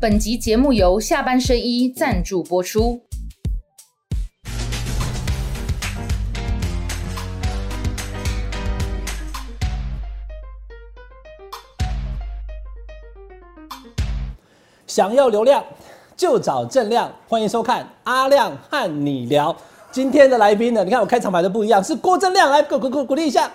本集节目由下半身衣赞助播出。 想要流量就找正亮，欢迎收看阿亮和你聊。今天的来宾呢，你看我开场白都不一样，是郭正亮，来鼓励一下。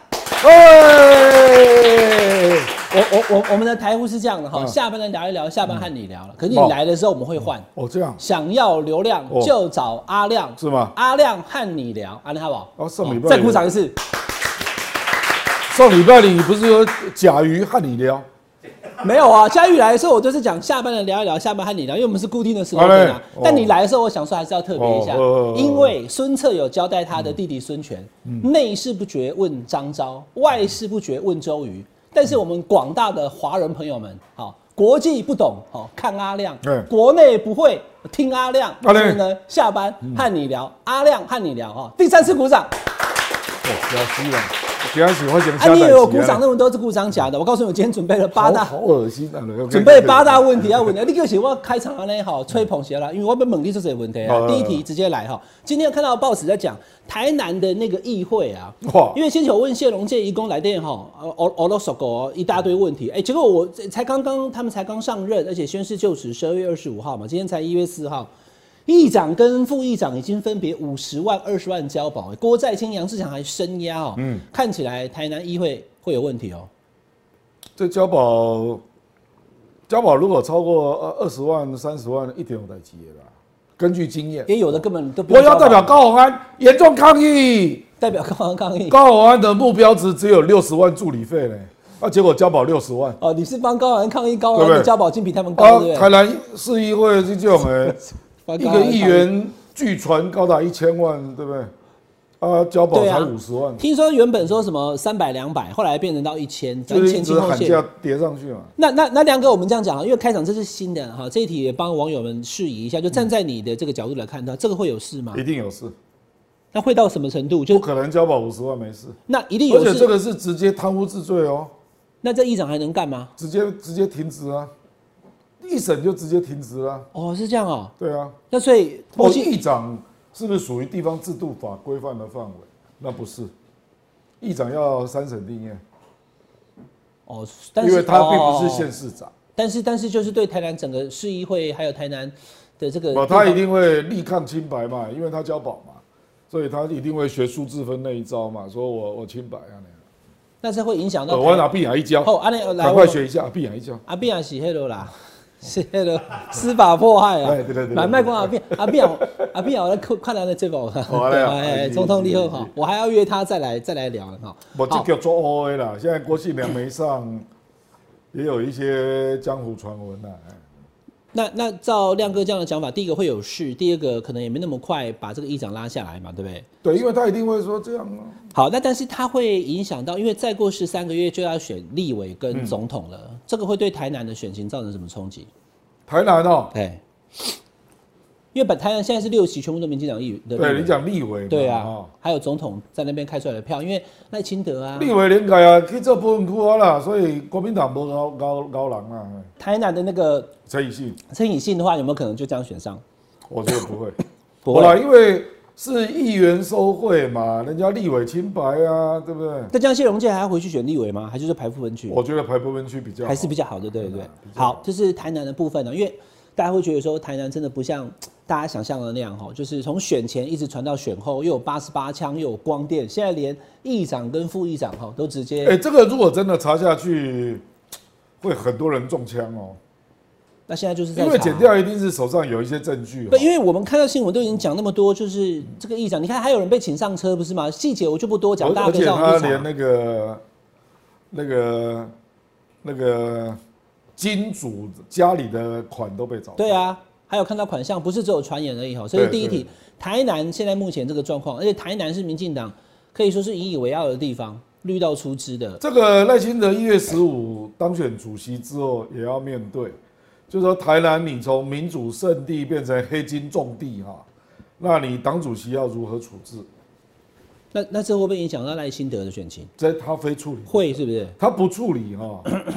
我们的台呼是这样的哈，下班来聊一聊，下班和你聊了。可是你来的时候我们会换哦，这样。 想要流量就找阿亮， 是吗？ 阿亮和你聊，阿亮好不好？ 哦，上礼拜再鼓掌一次。 上礼拜你不是说甲鱼和你聊？ 没有啊，佳玉来的时候，我都是讲下班的聊一聊，下班和你聊，因为我们是固定的时候啊。但你来的时候，我想说还是要特别一下，因为孙策有交代他的弟弟孙权，内事不决问张昭，外事不决问周瑜。但是我们广大的华人朋友们，好，国际不懂，好看阿亮，国内不会听阿亮，所以呢，下班和你聊，阿亮和你聊哈。第3次鼓掌。 不要激了。 你以为我鼓掌那么多是鼓掌假的？我告诉你，我今天准备了8大， 好恶心啊！ 准备8大问题要问的。你就是我开场安尼好吹捧些啦，因为我本猛力是这些问题啊。第一题直接来哈，今天看到报纸在讲台南的那个议会啊，因为先前我问谢龙介移工来电哈，我都说过一大堆问题，结果我他们才刚上任，而且宣誓就职12月25号嘛，今天才1月4号。议长跟副议长已经分别50万、20万交保，郭在清、杨志强还声押哦。看起来台南议会会有问题哦。 这交保如果超过20万、30万，一点有代志的啦。根据经验， 也有的根本都不用。 我要代表高虹安严重抗议， 代表高虹安抗议。 高虹安的目标值只有60万助理费呢，结果交保60万。 哦，你是帮高虹安抗议，高虹安的交保金比他们高，对不对？ 台南市议会是这种一个议员据传高达1000万，对不对？交保才50万。 听说原本说什么300、200，后来变成到1000， 就是一直喊价叠上去嘛。 那亮哥，我们这样讲啊，因为开场这是新的哈，这一题也帮网友们释疑一下，就站在你的这个角度来看，这个会有事吗？ 一定有事。 那会到什么程度？就不可能交保50万没事。 那一定有事， 而且这个是直接贪污治罪哦。 那这议长还能干吗？ 直接停职啊！一审就直接停职了。 哦，是这样哦。 对啊。 那所以， 议长是不是属于地方制度法规范的范围？那不是，议长要3审定验。 哦， 因为他并不是县市长。 但是就是对台南整个市议会还有台南的这个， 他一定会力抗清白嘛，因为他交保嘛，所以他一定会学苏治芬那一招嘛，说我清白啊。 那这会影响到我拿碧雅一交，赶快学一下碧雅一交。 碧雅是迄个啦，是迄个司法迫害啊。 对。 买卖光碧雅，我来看他的这个，总统立后哈，我还要约他再来聊哈。 我这叫做乌的啦，现在郭信良没上，也有一些江湖传闻啦。 那照亮哥这样的讲法，第一个会有事，第二个可能也没那么快把这个议长拉下来嘛，对不对？ 对，因为他一定会说这样啊。 好，但是他会影响到，因为再过13个月就要选立委跟总统了，这个会对台南的选情造成什么冲击？ 台南哦， 对，因为台南现在是6席全部都民进党议员， 对，你讲立委， 对啊，还有总统在那边开出来的票，因为赖清德啊， 立委连改啊，去做部分区啊啦，所以国民党无高人啊。 台南的那个陈以信的话，有没有可能就这样选上？ 我觉得不会， 不会啦， 因为是议员收贿嘛，人家立委清白啊，对不对？ 那这样谢龙介还要回去选立委吗？还是排不分区？ 我觉得排不分区比较好， 还是比较好的，对不对？好，这是台南的部分呢，因为大家会觉得说台南真的不像大家想象的那样哈，就是从选前一直传到选后，又有88枪，又有光电，现在连议长跟副议长哈都直接。 这个如果真的查下去，会很多人中枪哦。 那现在就是在因为检调一定是手上有一些证据。 对，因为我们看到新闻都已经讲那么多，就是这个议长，你看还有人被请上车，不是吗？细节我就不多讲，大家可以上网去查。 而且他连那个金主家里的款都被找到。 对啊，还有看到款项，不是只有传言而已哈。所以第一题，台南现在目前这个状况，而且台南是民进党可以说是引以为傲的地方，绿到出汁的。 这个赖清德1月15当选主席之后，也要面对。就是说，台南你从民主圣地变成黑金重地哈，那你党主席要如何处置？ 那这会不会影响到赖清德的选情？ 这他非处理， 会是不是？ 他不处理哈，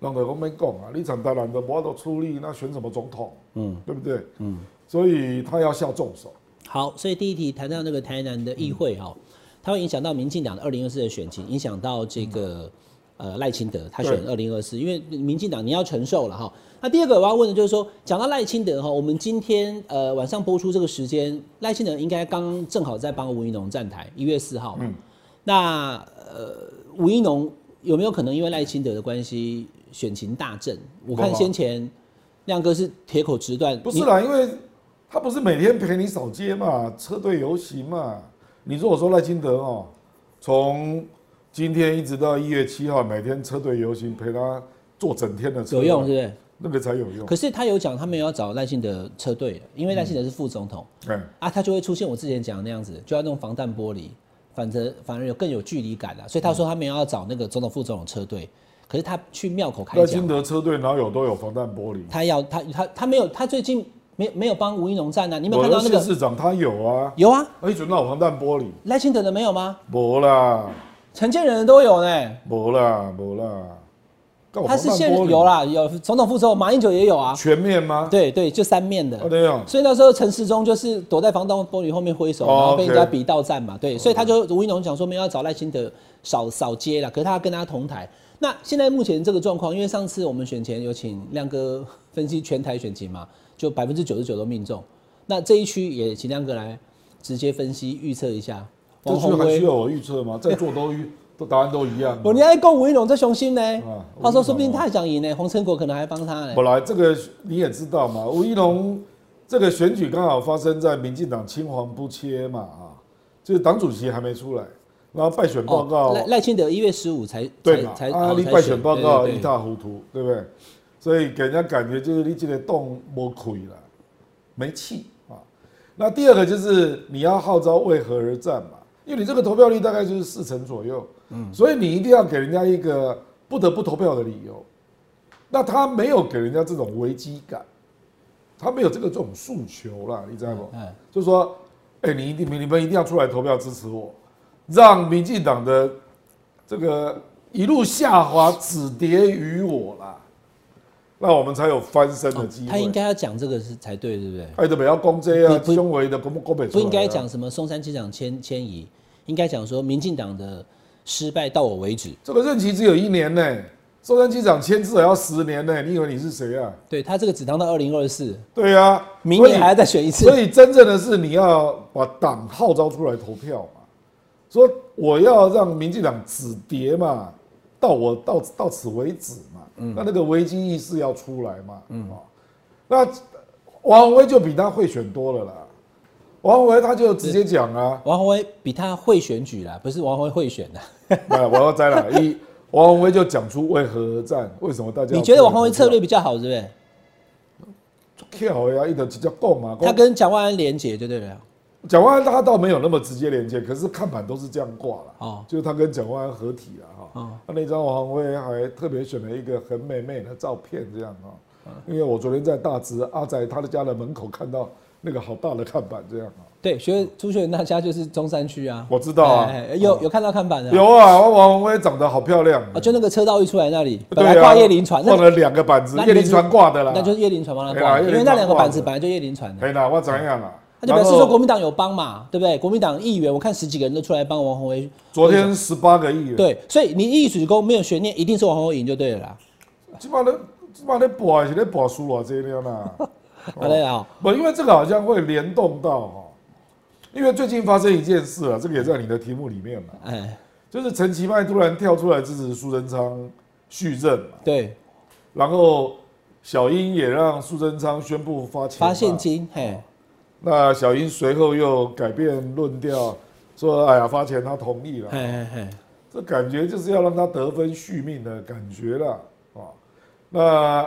人就讲免讲啊，你台南的无法度处理，那选什么总统？对不对？所以他要下重手。 好，所以第一题谈到那个台南的议会它会影响到民进党的2024的选情，影响到这个赖清德他选2024，因为民进党你要承受了哈。那第二个我要问的就是说，讲到赖清德我们今天晚上播出这个时间，赖清德应该正好在帮吴怡农站台，1月4号。那吴怡农有没有可能因为赖清德的关系选情大振？我看先前亮哥是铁口直断， 不是啦，因为他不是每天陪你扫街嘛，车队游行嘛。你如果说赖清德从今天一直到1月7号，每天车队游行陪他坐整天的车， 有用是不是？ 那个才有用。 可是他有讲，他们要找赖清德车队，因为赖清德是副总统，他就会出现我之前讲的那样子，就要弄防弹玻璃，反而更有距离感所以他说他们要找那个总统副总统车队，可是他去庙口开讲， 赖清德车队哪有都有防弹玻璃？ 他没有，他最近没有帮吴怡农站啊？你没有看到那个县市长他有啊？ 有啊， 一准有防弹玻璃。 赖清德的没有吗？ 没啦， 陈建仁的都有呢。 没啦。 他是有啦，有总统副总统，马英九也有啊。 全面吗？ 对，就3面的。 对啊。 所以那时候陈时中就是躲在防弹玻璃后面挥手，然后被人家比到站嘛。对，所以他就吴怡农讲说没有要找赖清德扫街啦，可是他跟他同台。那现在目前这个状况，因为上次我们选前有请亮哥分析全台选情嘛，就99%都命中。那这一区也请亮哥来直接分析预测一下。 这区还需要我预测吗？在座都答案都一样。 你还讲吴怡农这雄心呢？他说说不定他想赢呢，黄成国可能还帮他呢。 本来这个你也知道嘛，吴怡农这个选举刚好发生在民进党青黄不接嘛就是党主席还没出来，然后败选报告赖清德1月15才对嘛？你败选报告一塌糊涂，对不对？所以给人家感觉就是你这个洞没开了，没气那第二个就是你要号召为何而战嘛，因为你这个投票率大概就是40%左右，所以你一定要给人家一个不得不投票的理由。那他没有给人家这种危机感，他没有这种诉求啦，你知道不？就是说，你们一定要出来投票支持我，让民进党的这个一路下滑止跌于我啦。那我们才有翻身的机会。 他应该要讲这个才对，对不对？ 爱的不要攻这啊，胸围的攻不不应该讲什么松山机场迁移，应该讲说民进党的失败到我为止。 这个任期只有1年呢，松山机场迁至少要10年呢，你以为你是谁啊？ 对他这个只当到2024。 对啊， 明年还要再选一次。 所以真正的是你要把党号召出来投票嘛，说我要让民进党止跌嘛，到此为止嘛。那个危机意识要出来嘛，那王宏威就比他会选多了啦。王宏威他就直接讲啊， 王宏威比他会选举啦，不是王宏威会选的。 我要摘了，王宏威就讲出为何而战，为什么大家？ 你觉得王宏威策略比较好，是不是？ 跳呀，一直直接讲嘛。 他跟蒋万安连结就对了。 蒋万安他倒没有那么直接连接，可是看板都是这样挂了，就是他跟蒋万安合体了那张王宏威还特别选了一个很美的照片，这样因为我昨天在大直阿仔他的家的门口看到那个好大的看板，这样对，朱学仁那家就是中山区啊， 我知道啊， 有看到看板的， 有啊，王宏威长得好漂亮就那个车道一出来那里，本来挂叶林船， 放了2个板子，叶林船挂的啦， 那就是叶林船帮他挂，因为那2个板子本来就叶林船的。 对啦，我怎样啦？ 那就表示说国民党有帮嘛，对不对？国民党议员我看10几个人都出来帮王宏威。 昨天18个议员。对， 所以你一举公没有悬念，一定是王宏威赢就对了啦。 基本上在博是在博输偌这样啦。 好嘞啊， 不，因为这个好像会联动到因为最近发生一件事啊，这个也在你的题目里面嘛。就是陈其迈突然跳出来支持苏贞昌续任嘛。 对。 然后小英也让苏贞昌宣布发现金， 那小英随后又改变论调，说：“哎呀，发钱他同意了。”这感觉就是要让他得分续命的感觉了那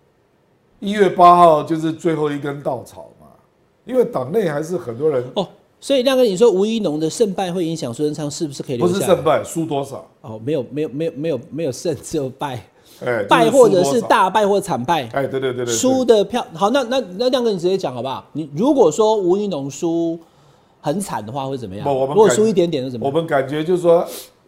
1月8号就是最后一根稻草嘛，因为党内还是很多人所以亮哥，你说吴怡农的胜败会影响苏贞昌是不是可以留下来？ 不是胜败，输多少？ 没有胜，只有败。 败或者是大败或惨败， 对， 输的票好，那亮哥你直接讲好不好？你如果说吴怡农输很惨的话会怎么样？如果输一点点是怎么样？ 我们感觉就是说，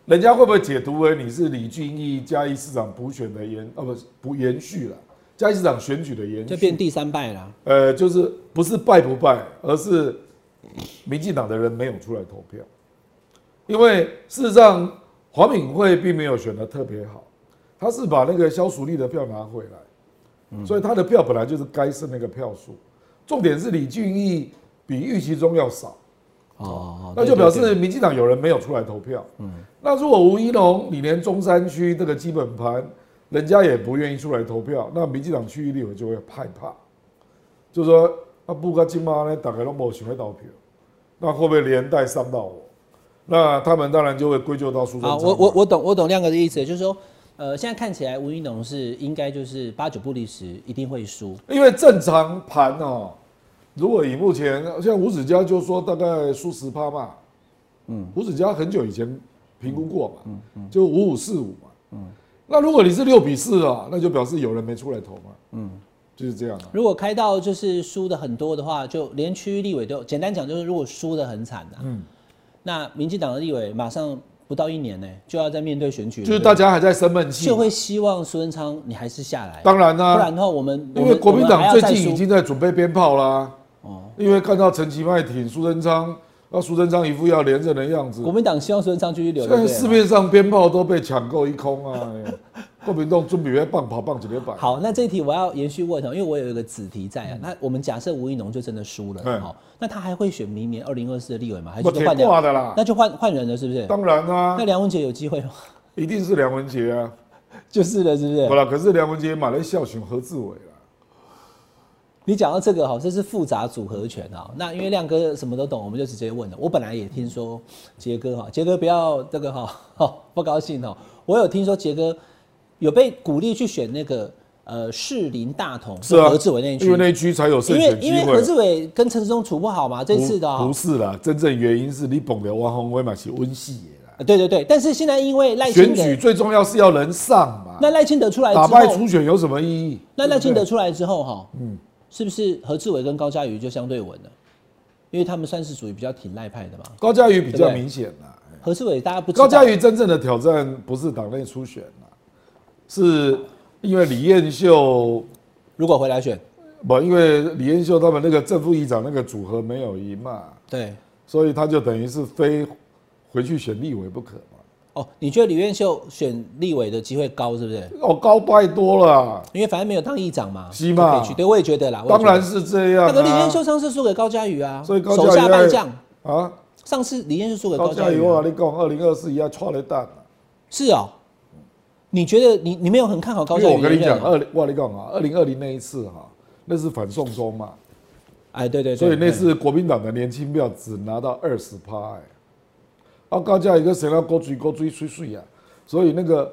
人家会不会解读为你是李俊毅嘉义市长补选的不延续了？嘉义市长选举的延续， 就变第3败了。 就是不是败不败，而是民进党的人没有出来投票，因为事实上黄敏惠并没有选得特别好，他是把那个萧淑丽的票拿回来，所以他的票本来就是该是那个票数。重点是李俊毅比预期中要少。那就表示民进党有人没有出来投票。那如果吴怡农你连中山区这个基本盘，人家也不愿意出来投票，那民进党区域立委就会害怕，就是说不到今嘛呢，大家都没想要投票，那会不会连带伤到我？那他们当然就会归咎到苏贞昌。 我懂亮哥的意思，就是说，现在看起来吴怡农是应该就是8、9不离10，一定会输， 因为正常盘哦。如果以目前像吴子嘉就说大概输10%嘛，吴子嘉很久以前评估过嘛，就5545嘛，那如果你是6比4啊，那就表示有人没出来投嘛，就是这样啊。 如果开到就是输的很多的话，就连区域立委都简单讲就是如果输的很惨的，那民進黨的立委马上不到1年呢，就要再面对选举， 就是大家还在生闷气， 就会希望苏贞昌你还是下来， 当然啦， 不然的话我们因为国民党最近已经在准备鞭炮啦。因为看到陈其迈挺苏贞昌，那苏贞昌一副要连任的样子， 国民党希望苏贞昌继续留。 现在市面上鞭炮都被抢购一空啊！国民党准备要棒跑棒几个板。 好，那这一题我要延续问，因为我有一个子题在啊。那我们假设吴怡农就真的输了，好，那他还会选明年2024的立委吗？还是就换掉的啦？那就换人了，是不是？ 当然啊。 那梁文杰有机会吗？ 一定是梁文杰啊， 就是了，是不是？ 好了，可是梁文杰马来孝选何志伟啦。 你讲到这个哈，这是复杂组合拳啊。那因为亮哥什么都懂，我们就直接问了。我本来也听说杰哥哈，杰哥不要这个哈，不高兴哦。我有听说杰哥有被鼓励去选那个士林大同是何志伟那一区， 因为那一区才有胜选机会。 因为何志伟跟陈时中处不好嘛，这次的不是啦，真正原因是你捧的王宏威嘛是温系的。 对，但是现在因为赖清德选举最重要是要人上嘛。 那赖清德出来之后， 打败初选有什么意义？ 那赖清德出来之后哈，是不是何志伟跟高嘉瑜就相对稳了？因为他们算是属于比较挺赖派的嘛。 高嘉瑜比较明显啦， 何志伟大家不知道。 高嘉瑜真正的挑战不是党内初选啦，是因为李彦秀如果回来选， 不，因为李彦秀他们那个正副议长那个组合没有赢嘛， 对， 所以他就等于是非回去选立委不可嘛。 哦，你觉得李彦秀选立委的机会高是不是？ 高太多了， 因为反正没有当议长嘛， 是嘛？ 对，我也觉得啦。 当然是这样。 那个李彦秀上次输给高嘉瑜啊， 所以高嘉瑜手下败将啊。 上次李彦秀输给高嘉瑜， 我跟你讲，2024也错了蛋。 是哦，你觉得你没有很看好高嘉瑜？ 我跟你讲，我跟你讲啊，2020那一次哈，那是反送中嘛， 哎，对， 所以那次国民党的年轻票只拿到20%，高嘉瑜跟谁要勾追水啊，所以那个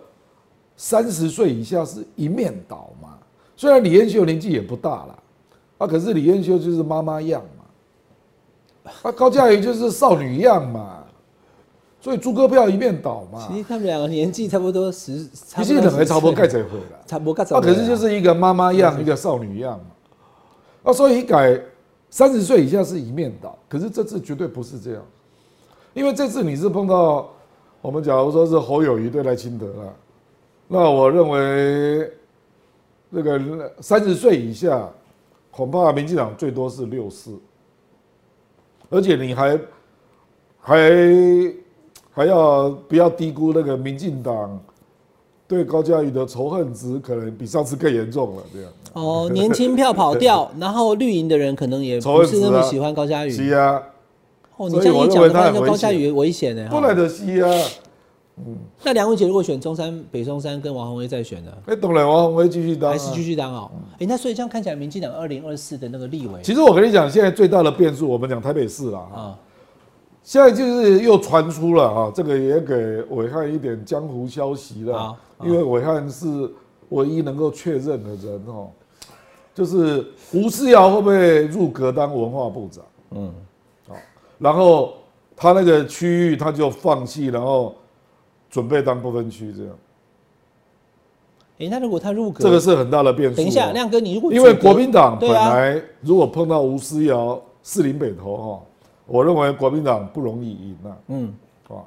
30岁以下是一面倒嘛。虽然李彦秀年纪也不大啦，可是李彦秀就是妈妈样嘛，高嘉瑜就是少女样嘛，所以猪哥票一面倒嘛。 其实他们两个年纪差不多其实两个差不多盖这回了， 差不多盖这回。 可是就是一个妈妈样，一个少女样嘛。所以一改30岁以下是一面倒，可是这次绝对不是这样。因为这次你是碰到我们假如说是侯友宜对赖清德了，那我认为这个30岁以下恐怕民进党最多是64，而且你还要不要低估那个民进党对高嘉瑜的仇恨值可能比上次更严重了，这样。 哦，年轻票跑掉，然后绿营的人可能也不是那么喜欢高嘉瑜。 是啊。 哦，你这样一讲的话，那高嘉瑜危险呢。 不来的是啊。 那梁文杰如果选中山、北松山跟王宏威再选呢？ 当然王宏威继续当， 还是继续当哦。那所以这样看起来，民进党2024的那个立委， 其实我跟你讲，现在最大的变数，我们讲台北市啦啊，现在就是又传出了啊，这个也给暐瀚一点江湖消息了，因为暐瀚是唯一能够确认的人哦，就是吴思瑶会不会入阁当文化部长？然后他那个区域他就放弃，然后准备当不分区这样。 那如果他入阁， 这个是很大的变数。 等一下，亮哥，你如果因为国民党本来如果碰到吴思瑶士林北投哈，我认为国民党不容易赢啊。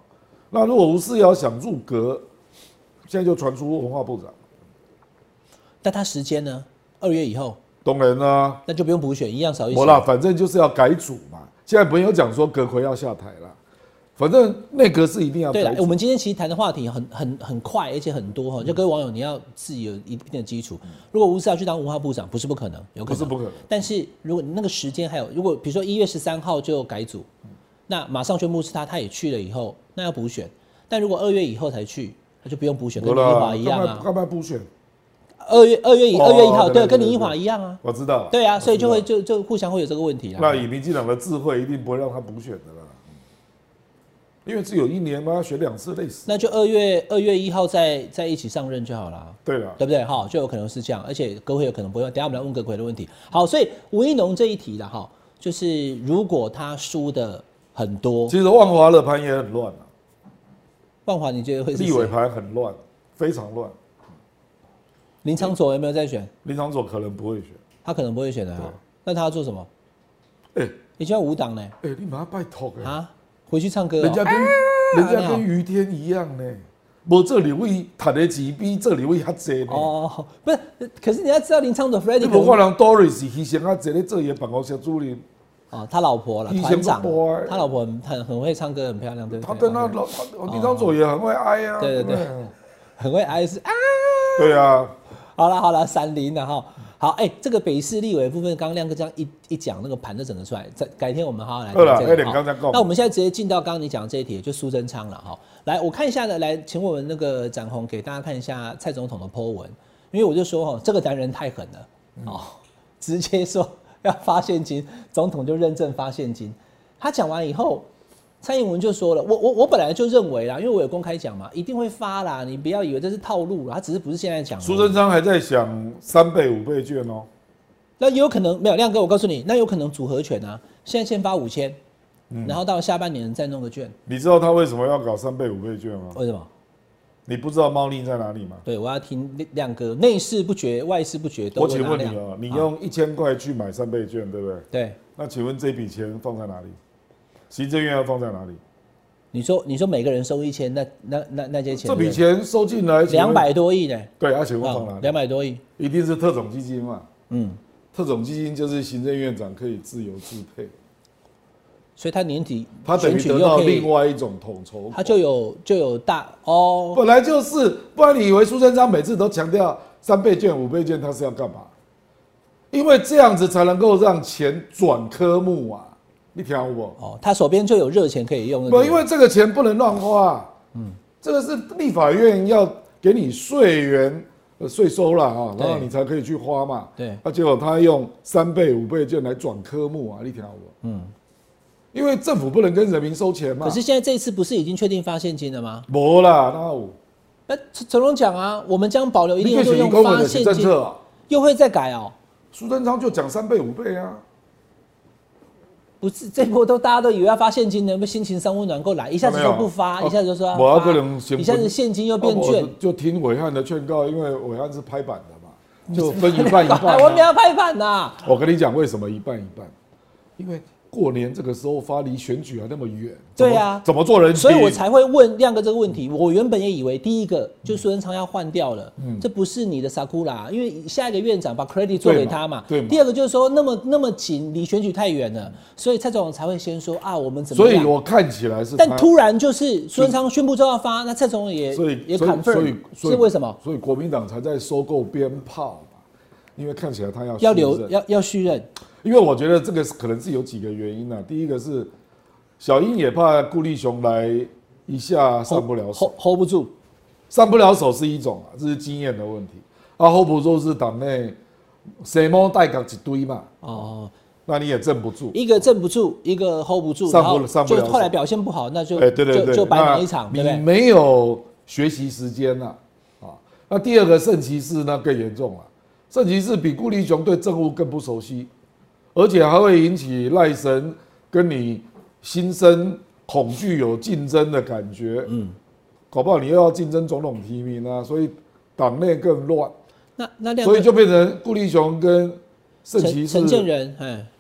那如果吴思瑶想入阁，现在就传出文化部长， 但他时间呢？2月以后， 当然啦， 那就不用补选，一样少一席。 没啦，反正就是要改组嘛。现在没有讲说阁揆要下台啦，反正内阁是一定要改组。 对了，我们今天其实谈的话题很快，而且很多哈。就各位网友，你要自己有一定的基础。如果吴思瑶去当文化部长，不是不可能，有可能， 不是不可能。 但是如果那个时间还有，如果比如说1月13号就改组，那马上宣布是他也去了以后，那要补选。但如果2月以后才去，那就不用补选，跟林奕华一样啊。 干嘛补选 ？2月1号，对，跟林奕华一样啊。 我知道。 对啊，所以就互相会有这个问题啊。 那以民进党的智慧，一定不会让他补选的啦，因为只有1年嘛，要选2次，累死。 那就2月1号再一起上任就好了。 对了， 对不对？哈，就有可能是这样，而且阁揆有可能不会。等一下我们来问阁揆的问题。好，所以吴怡农这一题了哈，就是如果他输的很多， 其实万华的盘也很乱啊。 万华你觉得会是谁？ 立委盘很乱，非常乱。 林昶佐有没有在选？ 林昶佐可能不会选， 他可能不会选的啊。那他要做什么？ 哎， 你就要无党呢？ 哎，你把他拜托啊，回去唱歌。 人家跟于天一样呢。无这里位谈的几比这里位较济呢。 哦，不是，可是你要知道林昶佐 Freddie， 你无看人 Doris 牺牲较济咧做伊办公室主任。 哦，他老婆了，团长，他老婆很会唱歌，很漂亮，对不对？ 他跟他林昶佐也很会哀啊。 对，很会哀是啊。 对啊。 好了，闪灵了哈。好，这个北市立委的部分，刚刚亮哥这样一讲，那个盘就整个出来。改天我们好好来讲这个。那我们现在直接进到刚刚你讲的这一题，就苏贞昌了哈。来，我看一下呢，来，请我们那个展宏给大家看一下蔡总统的 po 文，因为我就说哈，这个男人太狠了哦，直接说要发现金，总统就认证发现金。他讲完以后，蔡英文就说了，我本来就认为啦，因为我有公开讲嘛，一定会发啦，你不要以为这是套路啦，他只是不是现在讲。 苏贞昌还在想3倍5倍券哦， 那也有可能没有亮哥，我告诉你，那有可能组合拳啊，现在先发5000，然后到下半年再弄个券。 你知道他为什么要搞3倍5倍券吗？ 为什么？ 你不知道猫腻在哪里吗？ 对，我要听亮哥，内事不决，外事不决。 我请问你哦，你用1000块去买3倍券，对不对？ 对。 那请问这笔钱放在哪里？行政院要放在哪里？ 你说每个人收1000，那些钱， 这笔钱收进来 200多亿呢？ 对，请问放哪里 ？200多亿， 一定是特种基金嘛？特种基金就是行政院长可以自由支配， 所以他年底他等于得到另外一种统筹， 他就有大哦， 本来就是，不然你以为苏贞昌每次都强调3倍券5倍券，他是要干嘛？因为这样子才能够让钱转科目啊。你听有无？ 哦，他手边就有热钱可以用。 不，因为这个钱不能乱花。这个是立法院要给你税源税收啦啊，然后你才可以去花嘛。 对。 结果他用3倍5倍券来转科目啊，你听有无？因为政府不能跟人民收钱嘛。 可是现在这一次不是已经确定发现金了吗？ 没啦，哪有？ 那陈荣讲啊，我们将保留一定会用发现金，又会再改哦。 苏贞昌就讲3倍5倍啊。 不是这波大家都以为要发现金呢，心情上温暖够来，一下子说不发，一下子就说要发，一下子现金又变券， 就听伟汉的劝告，因为伟汉是拍板的嘛，就分一半一半。 我们要拍板呐！ 我跟你讲，为什么一半一半？因为过年这个时候发离选举还那么远， 对啊， 怎么做人情？ 所以我才会问亮哥这个问题。我原本也以为第一个就是苏贞昌要换掉了，这不是你的sakura，因为下一个院长把 credit 做给他嘛。 对。 第二个就是说那么紧，离选举太远了，所以蔡总统才会先说啊，我们怎么样？ 所以我看起来是， 但突然就是苏贞昌宣布之后要发，那蔡总统也 confirm，是为什么？ 所以国民党才在收购鞭炮嘛，因为看起来他要续任。 因为我觉得这个可能是有几个原因啊。第一个是小英也怕顾立雄来一下上不了手 ，hold 不住， 上不了手是一种啊，这是经验的问题。hold 不住是党内谁摸带港一堆嘛，那你也镇不住， 一个镇不住，一个 hold 不住， 上不了就后来表现不好，那就就白忙一场， 你没有学习时间了啊。那第二个圣骑士那更严重了，圣骑士比顾立雄对政务更不熟悉。而且还会引起赖神跟你心生恐惧、有竞争的感觉，搞不好你又要竞争总统提名啊，所以党内更乱。 那所以就变成顾立雄跟圣骑士陈建仁，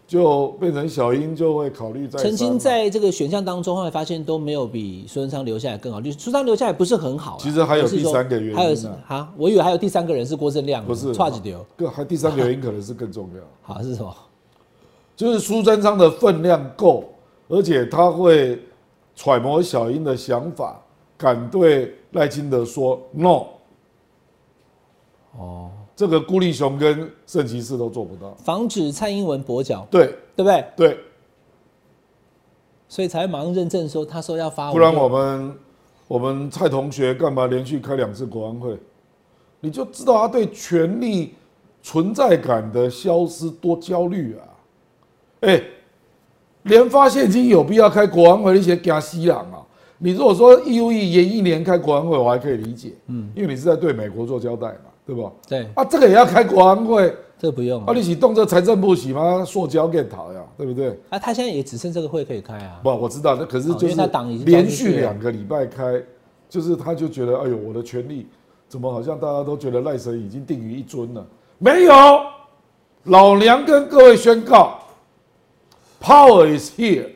就变成小英就会考虑再三。 曾经在这个选项当中，后来发现都没有比苏贞昌留下来更好，就是苏贞昌留下来不是很好。 其实还有第三个原因， 还有啊，我以为还有第三个人是郭正亮， 不是差几丢， 还第三个原因可能是更重要。 好是什么？ 就是苏贞昌的分量够，而且他会揣摩小英的想法，敢对赖清德说 no。哦，这个辜立雄跟盛其士都做不到， 防止蔡英文跛脚， 对不对？ 对， 所以才会马上认证说，他说要发， 不然我们蔡同学干嘛连续开2次国安会？你就知道他对权力存在感的消失多焦虑啊！连发现金有必要开国安会，你先惊死人啊！你如果说义务役延1年开国安会，我还可以理解，因为你是在对美国做交代嘛，对不？ 对啊，这个也要开国安会， 这个不用啊，你是动这财政部洗吗？塑胶给讨呀，对不对？ 啊，他现在也只剩这个会可以开啊。 不，我知道，那可是就是连续2个礼拜开，就是他就觉得，哎呦，我的权力怎么好像大家都觉得赖神已经定于一尊了？没有，老娘跟各位宣告 ，Power is here。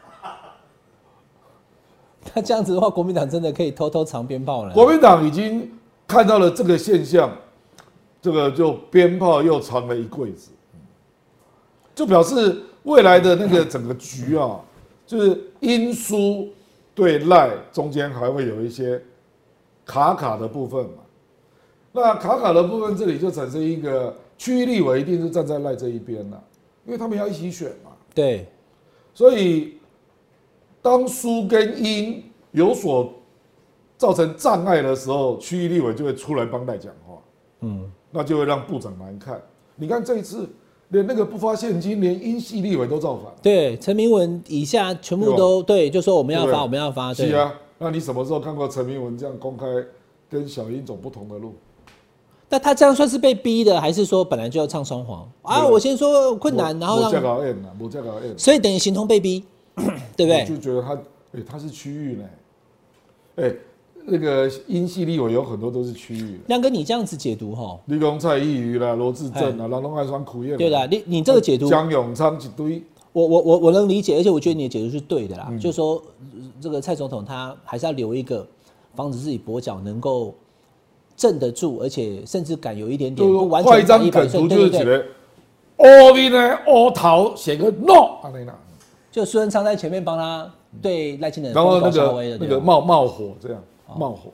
那这样子的话，国民党真的可以偷偷藏鞭炮了。 国民党已经看到了这个现象，这个就鞭炮又藏了一柜子，就表示未来的那个整个局啊，就是英苏对赖中间还会有一些卡的部分嘛。那卡的部分，这里就产生一个区域立委一定是站在赖这一边啦，因为他们要一起选嘛。 对， 所以当苏跟英有所造成障碍的时候，区域立委就会出来帮赖讲话，那就会让部长难看。你看这一次，连那个不发现金，连英系立委都造反。 对，陈明文以下全部都对，就说我们要发，我们要发。 是啊，那你什么时候看过陈明文这样公开跟小英走不同的路？ 那他这样算是被逼的，还是说本来就要唱双簧啊？我先说困难，然后让我这个所以等于形同被逼，对不对？ 我就觉得他是区域呢，那个英系立委有很多都是区域。 亮哥，你这样子解读哈？ 立功蔡依瑜啦、罗志正啦、郎东爱双苦叶， 对啦，你这个解读， 江永昌一堆， 我能理解，而且我觉得你的解读是对的啦。就是说这个蔡总统他还是要留一个防止自己跛脚，能够镇得住，而且甚至敢有一点点不完全画一张梗图就是写的乌面的乌头写个 no， 就苏贞昌在前面帮他对赖清德， 然后那个冒火这样。冒火，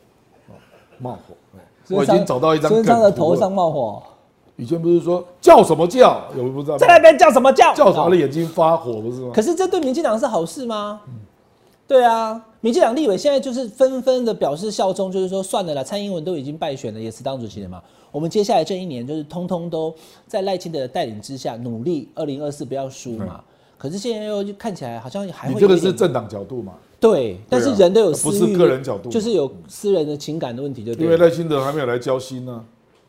我已经找到一张梗图了。 苏贞昌的头上冒火。 以前不是说叫什么叫，有人不知道吗？ 在那边叫什么叫？ 叫他的眼睛发火，不是吗？ 可是这对民进党是好事吗？对啊，民进党立委现在就是纷纷的表示效忠，就是说算了啦，蔡英文都已经败选了，也是当主席了嘛。我们接下来这1年就是通通都在赖清德的带领之下努力，2024不要输嘛。可是现在又看起来好像还会有。 你这个是政党角度嘛？ 对，但是人都有私欲， 不是个人角度， 就是有私人的情感的问题，就对。 因为赖清德还没有来交心呢。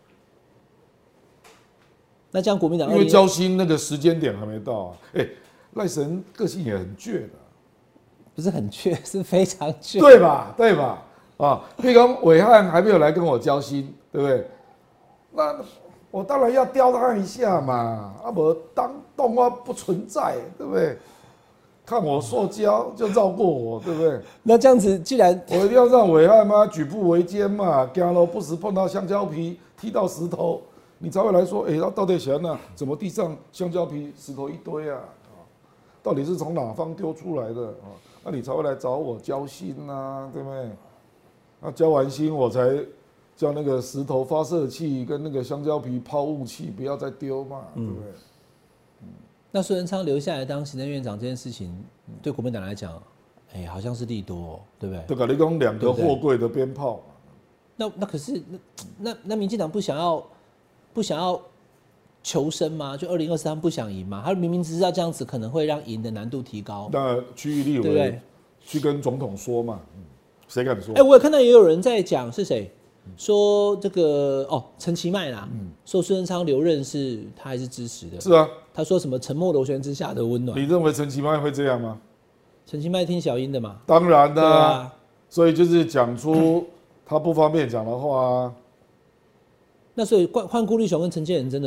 那这样国民党因为交心那个时间点还没到啊。赖神个性也很倔的， 不是很倔，是非常倔， 对吧？对吧？啊，譬如说伟汉还没有来跟我交心，对不对？那我当然要刁他一下嘛，不当动画不存在，对不对？看我塑胶就绕过我，对不对？ 那这样子，既然我一定要让伟汉嘛举步维艰嘛，走路不时碰到香蕉皮，踢到石头，你才会来说，他到底想那怎么地上香蕉皮、石头一堆啊？到底是从哪方丢出来的啊？那你才会来找我交心啊，对不对？那交完心，我才叫那个石头发射器跟那个香蕉皮抛物器不要再丢嘛，对不对？ 那苏贞昌留下来当行政院长这件事情，对国民党来讲，好像是利多，对不对？ 对，你讲2个货柜的鞭炮。 那可是那民进党不想要求生吗？就2023他们不想赢嘛？他明明只是要这样子，可能会让赢的难度提高。 那区域立委去跟总统说嘛？谁敢说？ 我有看到也有人在讲是谁。说这个陈其迈啦，说苏贞昌留任是他还是支持的。 是啊， 他说什么沉默螺旋之下的温暖。 你认为陈其迈会这样吗？ 陈其迈听小英的嘛。 当然的啊，所以就是讲出他不方便讲的话啊。 那所以换辜立雄跟陈建仁真的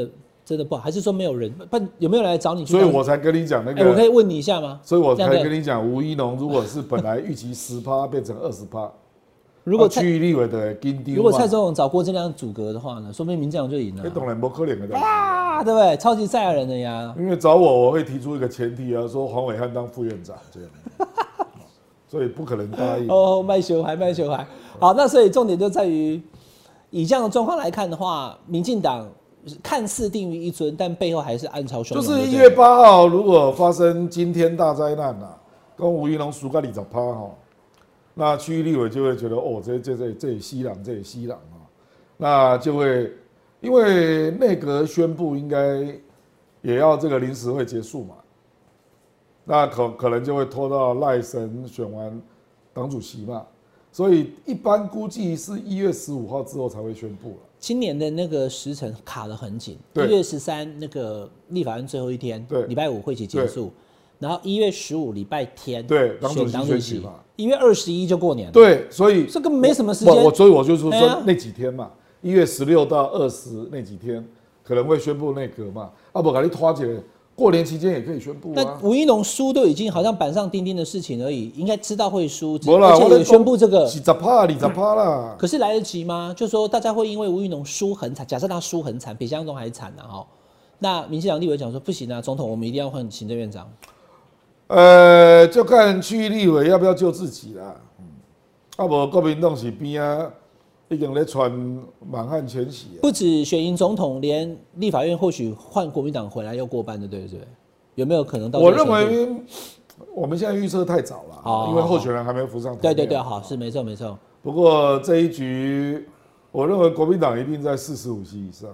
真的不好，还是说没有人？不，有没有人来找你？ 所以我才跟你讲那个。 我可以问你一下吗？ 所以我才跟你讲，吴怡农如果是本来预期10%变成20%， 如果区域立委的金丢， 如果蔡总统找郭正亮阻隔的话呢，说不定民进党就赢了。 当然不可能的啊，对不对？超级赛亚人的呀。 因为找我会提出一个前提啊，说黄伟汉当副院长这样，所以不可能答应。 哦，卖球还。好，那所以重点就在于，以这样的状况来看的话，民进党看似定于一尊，但背后还是暗潮汹涌。 就是1月8号，如果发生惊天大灾难啊，跟吴怡农输个20%哈，那区域立委就会觉得哦，这也西朗，这也西朗啊，那就会因为内阁宣布应该也要这个临时会结束嘛，那可能就会拖到赖神选完党主席嘛，所以一般估计是1月15号之后才会宣布了。 今年的那个时程卡得很紧，1月13那个立法院最后一天，礼拜5会期结束，然后1月15礼拜天对选党主席嘛，1月21就过年了。 对，所以这根本没什么时间。 所以我就说那几天嘛，1月16到20那几天可能会宣布内阁嘛，啊不，给你拖起来，过年期间也可以宣布啊。 那吴怡农输都已经好像板上钉钉的事情而已，应该知道会输，而且也宣布这个 10%、20%啦。 可是来得及吗？就说大家会因为吴怡农输很惨，假设他输很惨，比想象中还惨啊哈。那民进党立委讲说不行啊，总统我们一定要换行政院长。 就看区域立委要不要救自己啦。啊不，国民党是边啊，已经在传满汉全席。 不止选赢总统，连立法院或许换国民党回来又过半的，对不对？有没有可能到？ 我认为我们现在预测太早了，因为候选人还没浮上台面。 对，好，是没错。 不过这一局，我认为国民党一定在45席以上。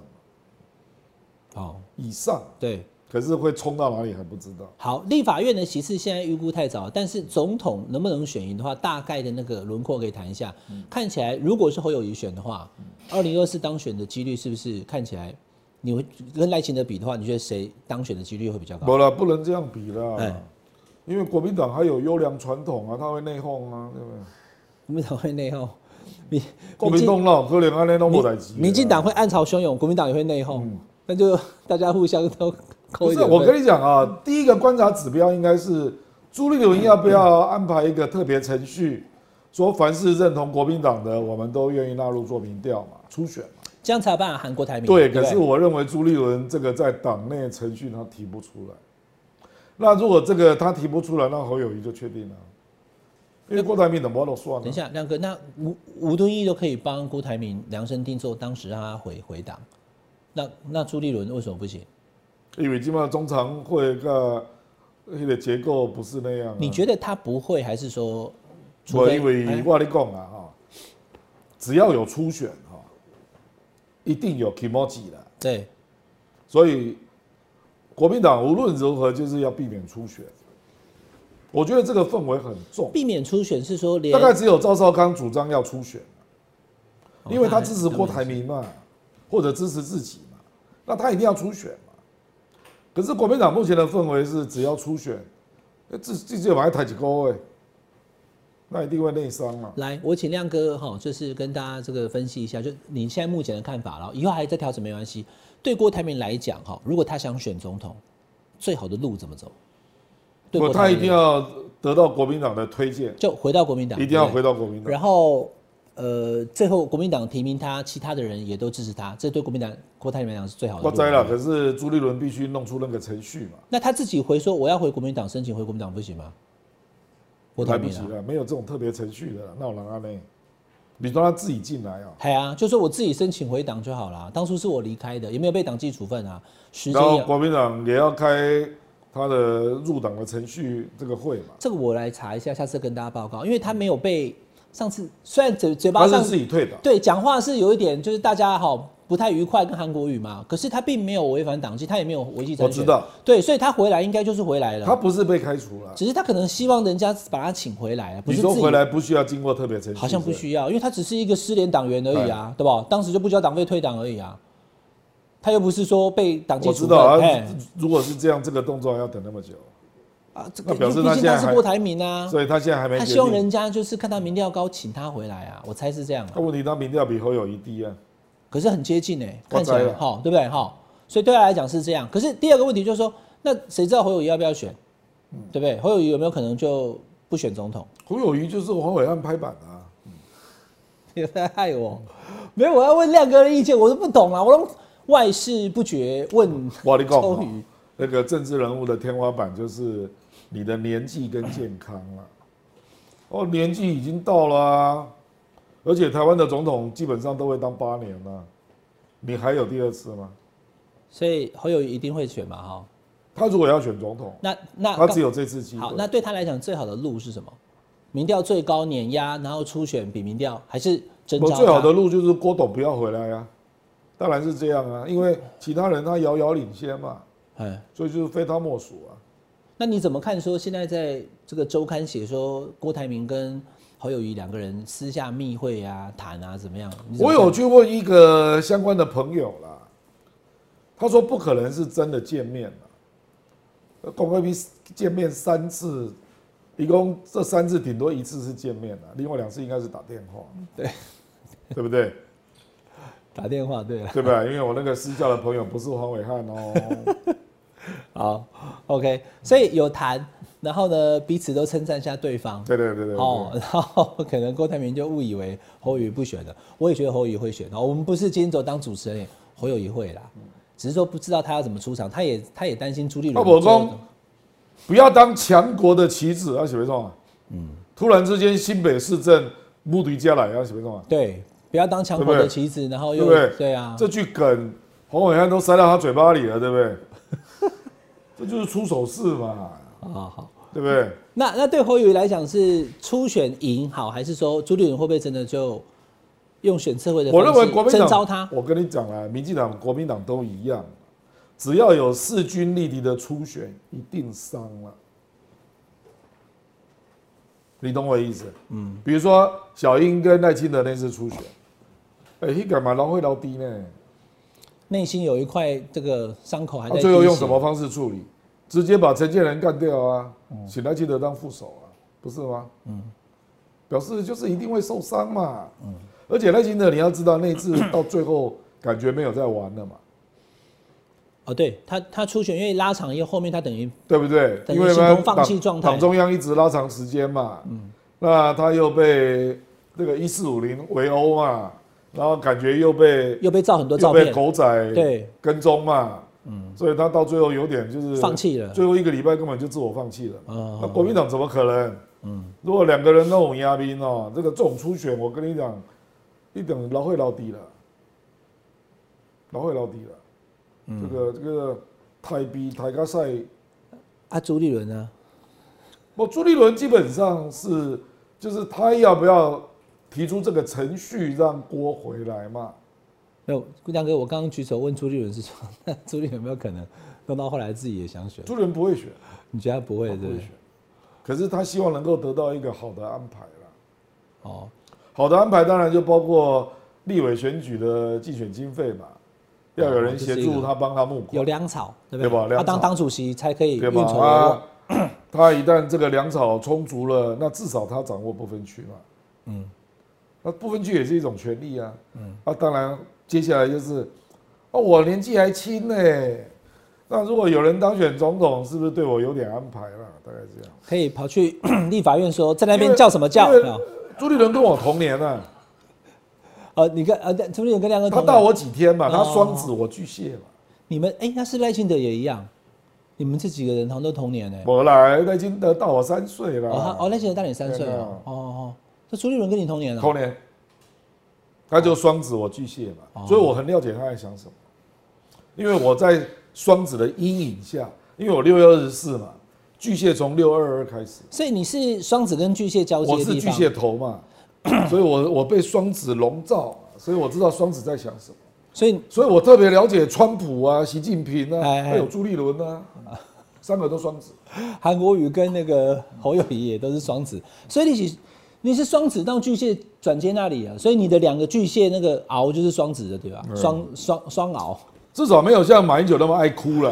以上。 对。 可是会冲到哪里还不知道。 好，立法院的席次现在预估太早，但是总统能不能选赢的话，大概的那个轮廓可以谈一下。看起来，如果是侯友宜选的话，2024当选的几率是不是看起来，你会跟赖清德比的话，你觉得谁当选的几率会比较高？ 不了，不能这样比啦。因为国民党还有优良传统啊，他会内讧啊，对不对？ 国民党会内讧， 国民党那可能安内都没代志。 民进党会暗潮汹涌，国民党也会内讧，那就大家互相都。 不是，我跟你讲啊，第一个观察指标应该是朱立伦要不要安排一个特别程序，说凡是认同国民党的，我们都愿意纳入做民调嘛，初选嘛， 这样才有办法喊郭台铭。 对，可是我认为朱立伦这个在党内程序他提不出来。那如果这个他提不出来，那侯友宜就确定了，因为郭台铭怎么都算了。 等一下，亮哥，那吴敦义都可以帮郭台铭量身定做，当时让他回党，那朱立伦为什么不行？ 因为基本上中常会个那个结构不是那样。 你觉得他不会，还是说？ 我因为我跟你讲啊哈，只要有初选哈，一定有 kimoji 的。 对。 所以国民党无论如何就是要避免初选。我觉得这个氛围很重。 避免初选是说大概只有赵少康主张要初选，因为他支持郭台铭嘛，或者支持自己嘛，那他一定要初选嘛。可是国民党目前的氛围是，只要初选，这把它抬起高哎，那一定会内伤嘛。 来，我请亮哥哈，就是跟大家这个分析一下，就你现在目前的看法了，以后还在调整没关系。对郭台铭来讲哈，如果他想选总统，最好的路怎么走？ 他一定要得到国民党的推荐， 就回到国民党， 一定要回到国民党。 然后最后国民党提名他，其他的人也都支持他，这对国民党郭台铭来讲是最好的。 我知了，可是朱立伦必须弄出那个程序嘛。 那他自己回说我要回国民党申请回国民党不行吗？ 来不及了，没有这种特别程序的，那我让他呢？你说他自己进来啊？ 对啊，就说我自己申请回党就好了。当初是我离开的，也没有被党纪处分啊。 然后国民党也要开他的入党的程序这个会嘛？ 这个我来查一下，下次跟大家报告，因为他没有被。上次虽然嘴巴上他是自己退的， 对，讲话是有一点就是大家不太愉快，跟韩国瑜嘛，可是他并没有违反党纪，他也没有违纪参选。 我知道， 对，所以他回来应该就是回来了。 他不是被开除了， 只是他可能希望人家把他请回来，不是你说回来不需要经过特别程序？ 好像不需要，因为他只是一个失联党员而已啊，对吧？当时就不交党费退党而已啊，他又不是说被党纪处分。 我知道，如果是这样，这个动作还要等那么久。 那表示他现在是郭台铭啊， 所以他现在还没决定。 他希望人家就是看他民调高，请他回来啊，我猜是这样。 那问题他民调比侯友宜低啊， 可是很接近看起来对不对所以对他来讲是这样。可是第二个问题就是说，那谁知道侯友宜要不要选，对不对？侯友宜有没有可能就不选总统？ 侯友宜就是黄伟汉拍板啊。 你在害我？没有，我要问亮哥的意见，我都不懂啊，我都外事不决问周瑜。 那个政治人物的天花板就是你的年纪跟健康了。哦，年纪已经到了啊，而且台湾的总统基本上都会当8年了，你还有第2次吗？ 所以侯友宜一定会选嘛，哈。 他如果要选总统， 那他只有这次机会。 好，那对他来讲最好的路是什么？民调最高碾压，然后初选比民调，还是征召他？ 最好的路就是郭董不要回来啊，当然是这样啊，因为其他人他遥遥领先嘛，所以就是非他莫属啊。 那你怎么看说现在在这个周刊写说郭台铭跟侯友宜2个人私下密会啊、谈啊怎么样？ 我有去问一个相关的朋友啦，他说不可能是真的见面了，公开见面3次。一共这3次顶多1次是见面了，另外2次应该是打电话，对不对？ 打电话对了， 对吧？因为我那个私教的朋友不是黄伟汉哦。 好 ，OK， 所以有谈，然后呢彼此都称赞一下对方， 对， 哦，然后可能郭台铭就误以为侯友宜不选了，我也觉得侯友宜会选，我们不是今天走当主持人，侯友宜会啦，只是说不知道他要怎么出场，他也担心朱立伦。 不要当强国的棋子啊，是不是啊？突然之间新北市政目的加来啊，是不是啊？ 对，不要当强国的棋子，然后又对啊， 这句梗黄伟汉都塞到他嘴巴里了，对不对？这就是出手势嘛， 好， 对不对？ 那对侯友宜来讲是初选赢好，还是说朱立伦会不会真的就用选策会的方式？ 我认为国民党征召他， 我跟你讲啊，民进党、国民党都一样。只要有势均力敌的初选，一定伤了。你懂我的意思？比如说小英跟赖清德那次初选，那干嘛老会老低呢？ 内心有一块这个伤口还在。 最后用什么方式处理？直接把陈建仁干掉啊，请赖清德当副手啊，不是吗？表示就是一定会受伤嘛。而且赖清德你要知道，那次到最后感觉没有在玩了嘛。 对他初选，因为拉长以后，后面他等于对不对？因为放弃状态， 党中央一直拉长时间嘛，那他又被那个1450围殴嘛，然后感觉又被照很多照片， 又被狗仔跟踪嘛，所以他到最后有点就是放弃了， 最后1个礼拜根本就自我放弃了。那国民党怎么可能？如果2个人那种压兵哦，这种初选，我跟你讲，一等老会老底了，老会老底了。这个台加赛朱立伦呢？ 朱立伦基本上是就是他要不要提出这个程序让郭回来嘛？ 没有，亮哥，我刚刚举手问朱立伦是说，朱立伦有没有可能弄到后来自己也想选？ 朱立伦不会选， 你觉得他不会？ 他不会选，可是他希望能够得到一个好的安排啦。好的安排当然就包括立委选举的竞选经费嘛。要有人协助他，帮他募款， 有粮草，对吧？他当主席才可以运筹帷幄。 他一旦这个粮草充足了，那至少他掌握不分区嘛。那不分区也是一种权利啊。当然接下来就是我年纪还轻呢，那如果有人当选总统，是不是对我有点安排了？大概这样。 可以跑去立法院说，在那边叫什么叫？ 朱立伦跟我同年啊。 你跟朱立伦跟亮哥同年， 他大我几天嘛，他双子我巨蟹嘛。 你们那是赖清德也一样，你们这几个人好像都同年我来赖清德大我3岁了。 赖清德大你3岁这朱立伦跟你同年了。 同年，他就双子我巨蟹嘛，所以我很了解他在想什么。因为我在双子的阴影下，因为我6月24嘛，巨蟹从622开始。 所以你是双子跟巨蟹交接的地方。 我是巨蟹头嘛。所以我被双子笼罩，所以我知道双子在想什么。所以我特别了解川普啊、习近平啊，还有朱立伦啊，3个都双子。 韩国瑜跟那个侯友宜也都是双子，所以你是双子到巨蟹转接那里啊，所以你的2个巨蟹那个鳌就是双子的，对吧？双鳌， 至少没有像马英九那么爱哭了。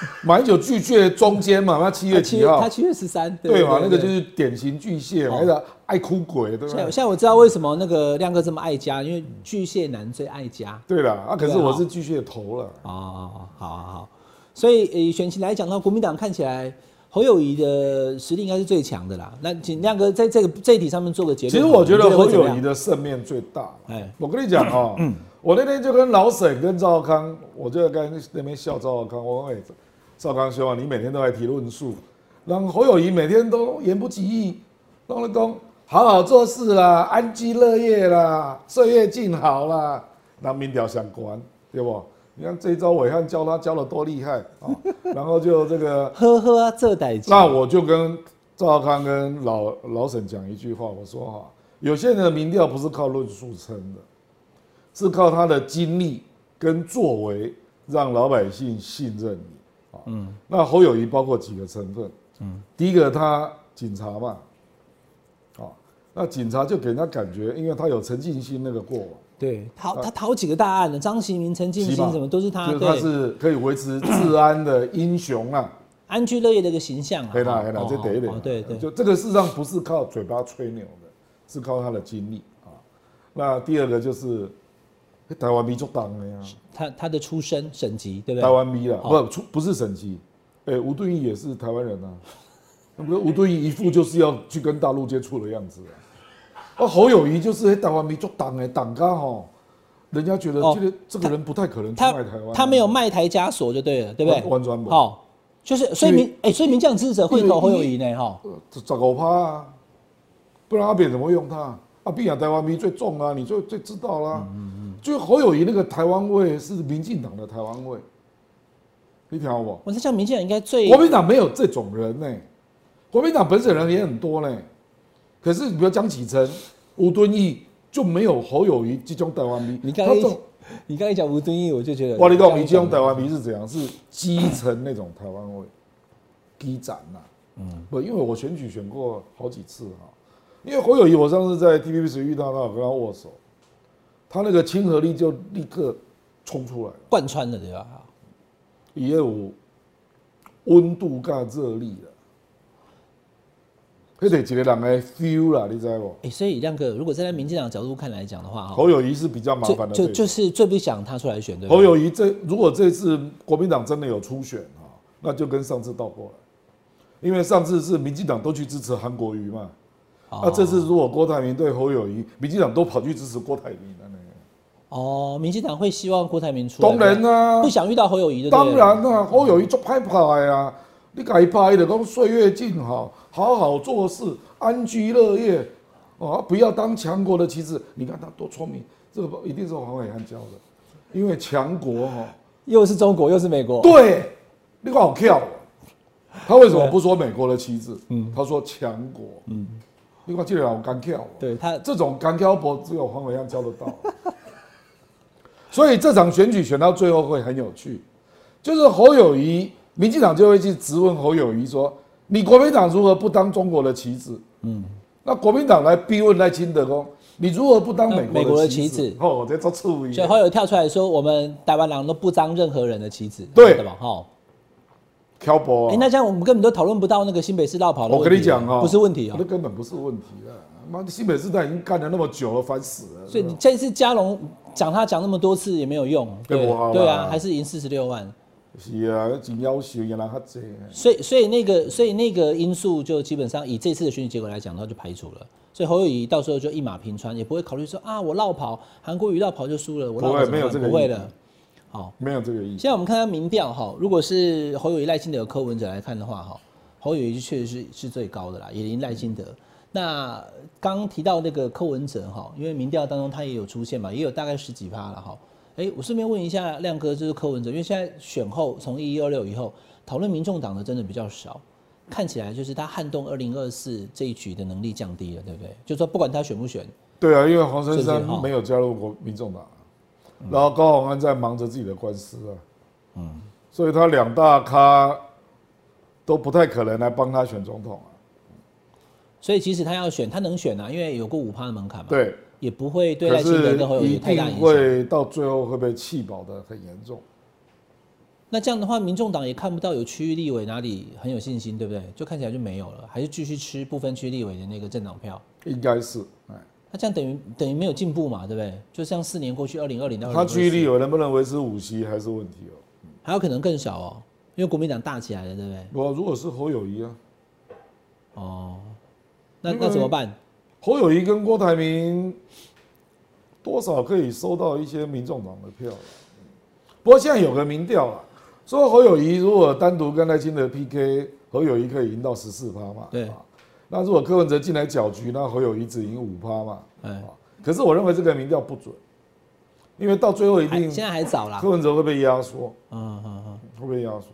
马英九巨蟹中间嘛，他7月几号？ 他7月13， 对嘛？那个就是典型巨蟹嘛，那个爱哭鬼，对吧？ 现在我知道为什么那个亮哥这么爱家，因为巨蟹男最爱家。 对啦，可是我是巨蟹头了。 好。所以以选情来讲的话，国民党看起来侯友宜的实力应该是最强的啦。那请亮哥在这一题上面做个结论。 其实我觉得侯友宜的胜面最大。我跟你讲哦，我那天就跟老沈跟赵少康，我就在那边笑赵少康，我说赵康兄啊，你每天都来提论述，让侯友宜每天都言不及义，让他讲好好做事啦，安居乐业啦，岁月静好啦，那民调相关，对不？你看这一招伟汉教他教的多厉害啊！然后就这个呵这代志。 那我就跟赵少康跟老沈讲一句话，我说哈，有些人的民调不是靠论述撑的，是靠他的经历跟作为让老百姓信任你。那侯友宜包括几个成分，第一个他警察嘛，那警察就给人家感觉，因为他有陈进兴那个过往。 对，他讨几个大案的，张其明、陈进兴什么都是他， 就是他是可以维持治安的英雄啊， 安居乐业的一个形象啊。 黑啦，这得一点。对，就这个事实上不是靠嘴巴吹牛的，是靠他的经历啊。那第二个就是台湾民族党的呀， 他的出身省级，对不对？ 台湾民啦，不是省级，吴敦义也是台湾人啊，那不是吴敦义一副就是要去跟大陆接触的样子啊。侯友宜就是台湾民族党的党咖吼，人家觉得这个人不太可能出卖台湾， 他没有卖台枷锁就对了，对不对？ 完全没有。 好，就是所以民进党支持者会投侯友宜呢，哈 ，15%啊，不然阿扁怎么会用他？阿扁台湾民最重啊，你最知道啦。就侯友宜那个台湾味是民进党的台湾味，你听好不？ 我在想民进党应该国民党没有这种人呢，国民党本省人也很多呢。可是，比如江启臣、吴敦义就没有侯友宜这种台湾迷。 你刚才一讲吴敦义，我就觉得， 我跟你讲，你这种台湾迷是怎样？是基层那种台湾味，基层呐。不，因为我选举选过好几次哈。因为侯友宜，我上次在 TVBS 遇到他，我跟他握手，他那个亲和力就立刻冲出来了， 贯穿了，对吧？ 也有温度跟热力了。那得几个人的 feel 啦，你知道不？ 所以亮哥，如果站在民进党角度看来讲的话， 侯友宜是比较麻烦的， 就是最不想他出来选，对吧？ 侯友宜如果这次国民党真的有初选那就跟上次倒过来，因为上次是民进党都去支持韩国瑜嘛，那这次如果郭台铭对侯友宜，民进党都跑去支持郭台铭了呢。 民进党会希望郭台铭出来， 当然啊， 不想遇到侯友宜的。 当然啊，侯友宜做派派啊。你改拍的，讲岁月静好，好好做事，安居乐业，不要当强国的棋子。你看他多聪明，这个一定是黄伟汉教的，因为强国又是中国又是美国， 对，你看好跳，他为什么不说美国的棋子？他说强国，你看这个好干跳， 对他这种干跳博只有黄伟汉教得到，所以这场选举选到最后会很有趣，就是侯友宜。民进党就会去质问侯友宜说：“你国民党如何不当中国的棋子？”那国民党来逼问赖清德说：“你如何不当美国的棋子？”我在做处理。 所以侯友宜跳出来说：“我们台湾人都不当任何人的棋子。” 对的吧？ 挑拨。 那这样我们根本都讨论不到那个新北市绕跑的问题。 我跟你讲不是问题那根本不是问题了。妈，新北市他已经干了那么久了，烦死了。 所以你这次嘉龙讲那么多次也没有用。对啊，还是赢46万。 是啊，真要求原来较济。 所以那个因素就基本上以这次的选举结果来讲的话就排除了。所以侯友宜到时候就一马平川，也不会考虑说我绕跑，韩国瑜绕跑就输了，我绕跑没有这个不会了。好， 没有这个意思。 现在我们看他民调如果是侯友宜、赖清德、柯文哲来看的话侯友宜确实是最高的啦，也赢赖清德。那刚提到那个柯文哲因为民调当中他也有出现嘛，也有大概10几%了我顺便问一下亮哥，就是柯文哲，因为现在选后从1126以后，讨论民众党的真的比较少，看起来就是他撼动2024这一局的能力降低了，对不对？就是说不管他选不选， 对啊，因为黄珊珊没有加入民众党，然后高虹安在忙着自己的官司所以他2大咖都不太可能来帮他选总统所以即使他要选，他能选因为有过5%的门槛嘛。 对。 也不会对赖清德跟侯友宜太大影响， 会到最后会被气饱的很严重。 那这样的话，民众党也看不到有区域立委哪里很有信心，对不对？就看起来就没有了，还是继续吃部分区立委的那个政党票。 应该是， 那这样等于没有进步嘛，对不对？就像4年过去，2020到2024， 他区域立委能不能维持5席还是问题哦。 还有可能更少哦，因为国民党大起来了，对不对？ 如果是侯友宜啊， 哦，那怎么办？ 侯友宜跟郭台铭多少可以收到一些民众党的票，不过现在有个民调啊，说侯友宜如果单独跟赖清德 PK， 侯友宜可以赢到14%嘛。 对。 那如果柯文哲进来搅局，那侯友宜只赢5%嘛。可是我认为这个民调不准，因为到最后一定现在还早啦， 柯文哲会被压缩。会被压缩。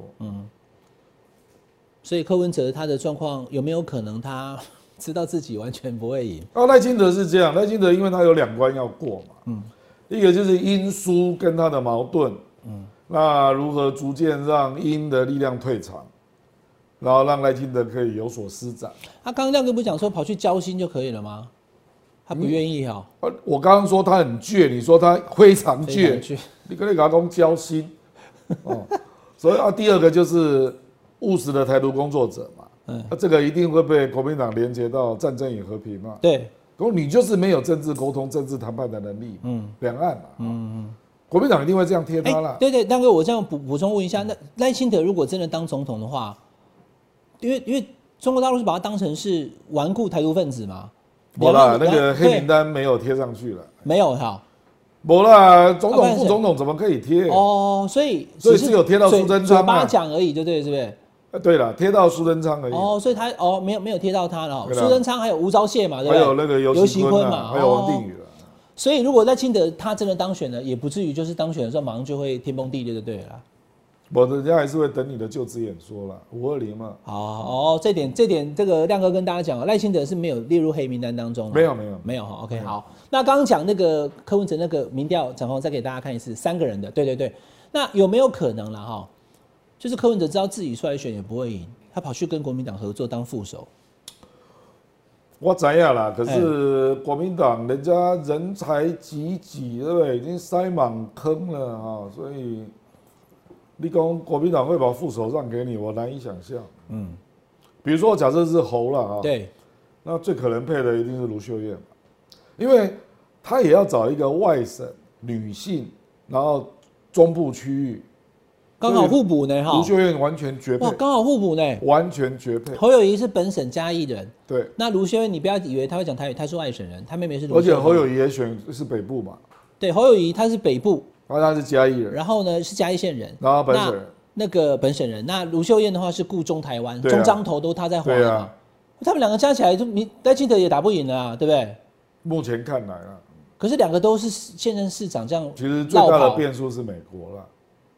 所以柯文哲他的状况有没有可能他知道自己完全不会赢？ 赖清德是这样，赖清德因为他有2关要过嘛。一个就是因苏跟他的矛盾。那如何逐渐让因的力量退场？然后让赖清德可以有所施展。 他刚刚亮哥不是讲说跑去交心就可以了吗？他不愿意哈。 我刚刚说他很倔，你说他非常倔，你跟你给他讲交心。所以第二个就是务实的台独工作者嘛。这个一定会被国民党连接到战争与和平嘛。 对。 你就是没有政治沟通、政治谈判的能力。两岸嘛。国民党一定会这样贴他啦。 对，亮哥，我这样补充问一下，那赖清德如果真的当总统的话，因为中国大陆是把他当成是顽固台独分子嘛？ 没啦，那个黑名单没有贴上去了。 没有哈。 没啦，总统、副总统怎么可以贴？ 所以只有贴到苏贞昌嘴巴讲而已，对不对？是不是？ 对了，贴到苏贞昌而已。 所以他没有贴到他了。苏贞昌还有吴钊燮嘛，对不对？ 还有那个游锡堃嘛，还有王定宇了。 所以如果赖清德他真的当选了，也不至于就是当选的时候马上就会天崩地裂就对了啦。 人家还是会等你的就职演说啦，520嘛。 这点这个亮哥跟大家讲，赖清德是没有列入黑名单当中。 没有。 OK， 好。那刚刚讲那个柯文哲那个民调，展宏再给大家看一次，3个人的，对。那有没有可能啦？哈，就是柯文哲知道自己出来选也不会赢，他跑去跟国民党合作当副手。 我知道啦，可是国民党人家人才济济，对不对？已经塞满坑了所以你讲国民党会把副手让给你，我难以想象。比如说假设是侯啦对， 那最可能配的一定是卢秀燕嘛，因为他也要找一个外省女性，然后中部区域。 刚好互补呢， 卢秀燕完全绝配。 哇，刚好互补呢， 完全绝配。 侯友宜是本省嘉义人， 对。 那卢秀燕，你不要以为他会讲台语，他是外省人，他妹妹是。 而且侯友宜也选是北部嘛。 对，侯友宜他是北部， 然后他是嘉义人， 然后呢是嘉义县人， 然后本省人。 那个本省人，那卢秀燕的话是顾中台湾，中彰投都他在划嘛。他们2个加起来，就赖清德也打不赢了啊，对不对？ 目前看来啊。 可是2个都是现任市长，这样其实最大的变数是美国啦。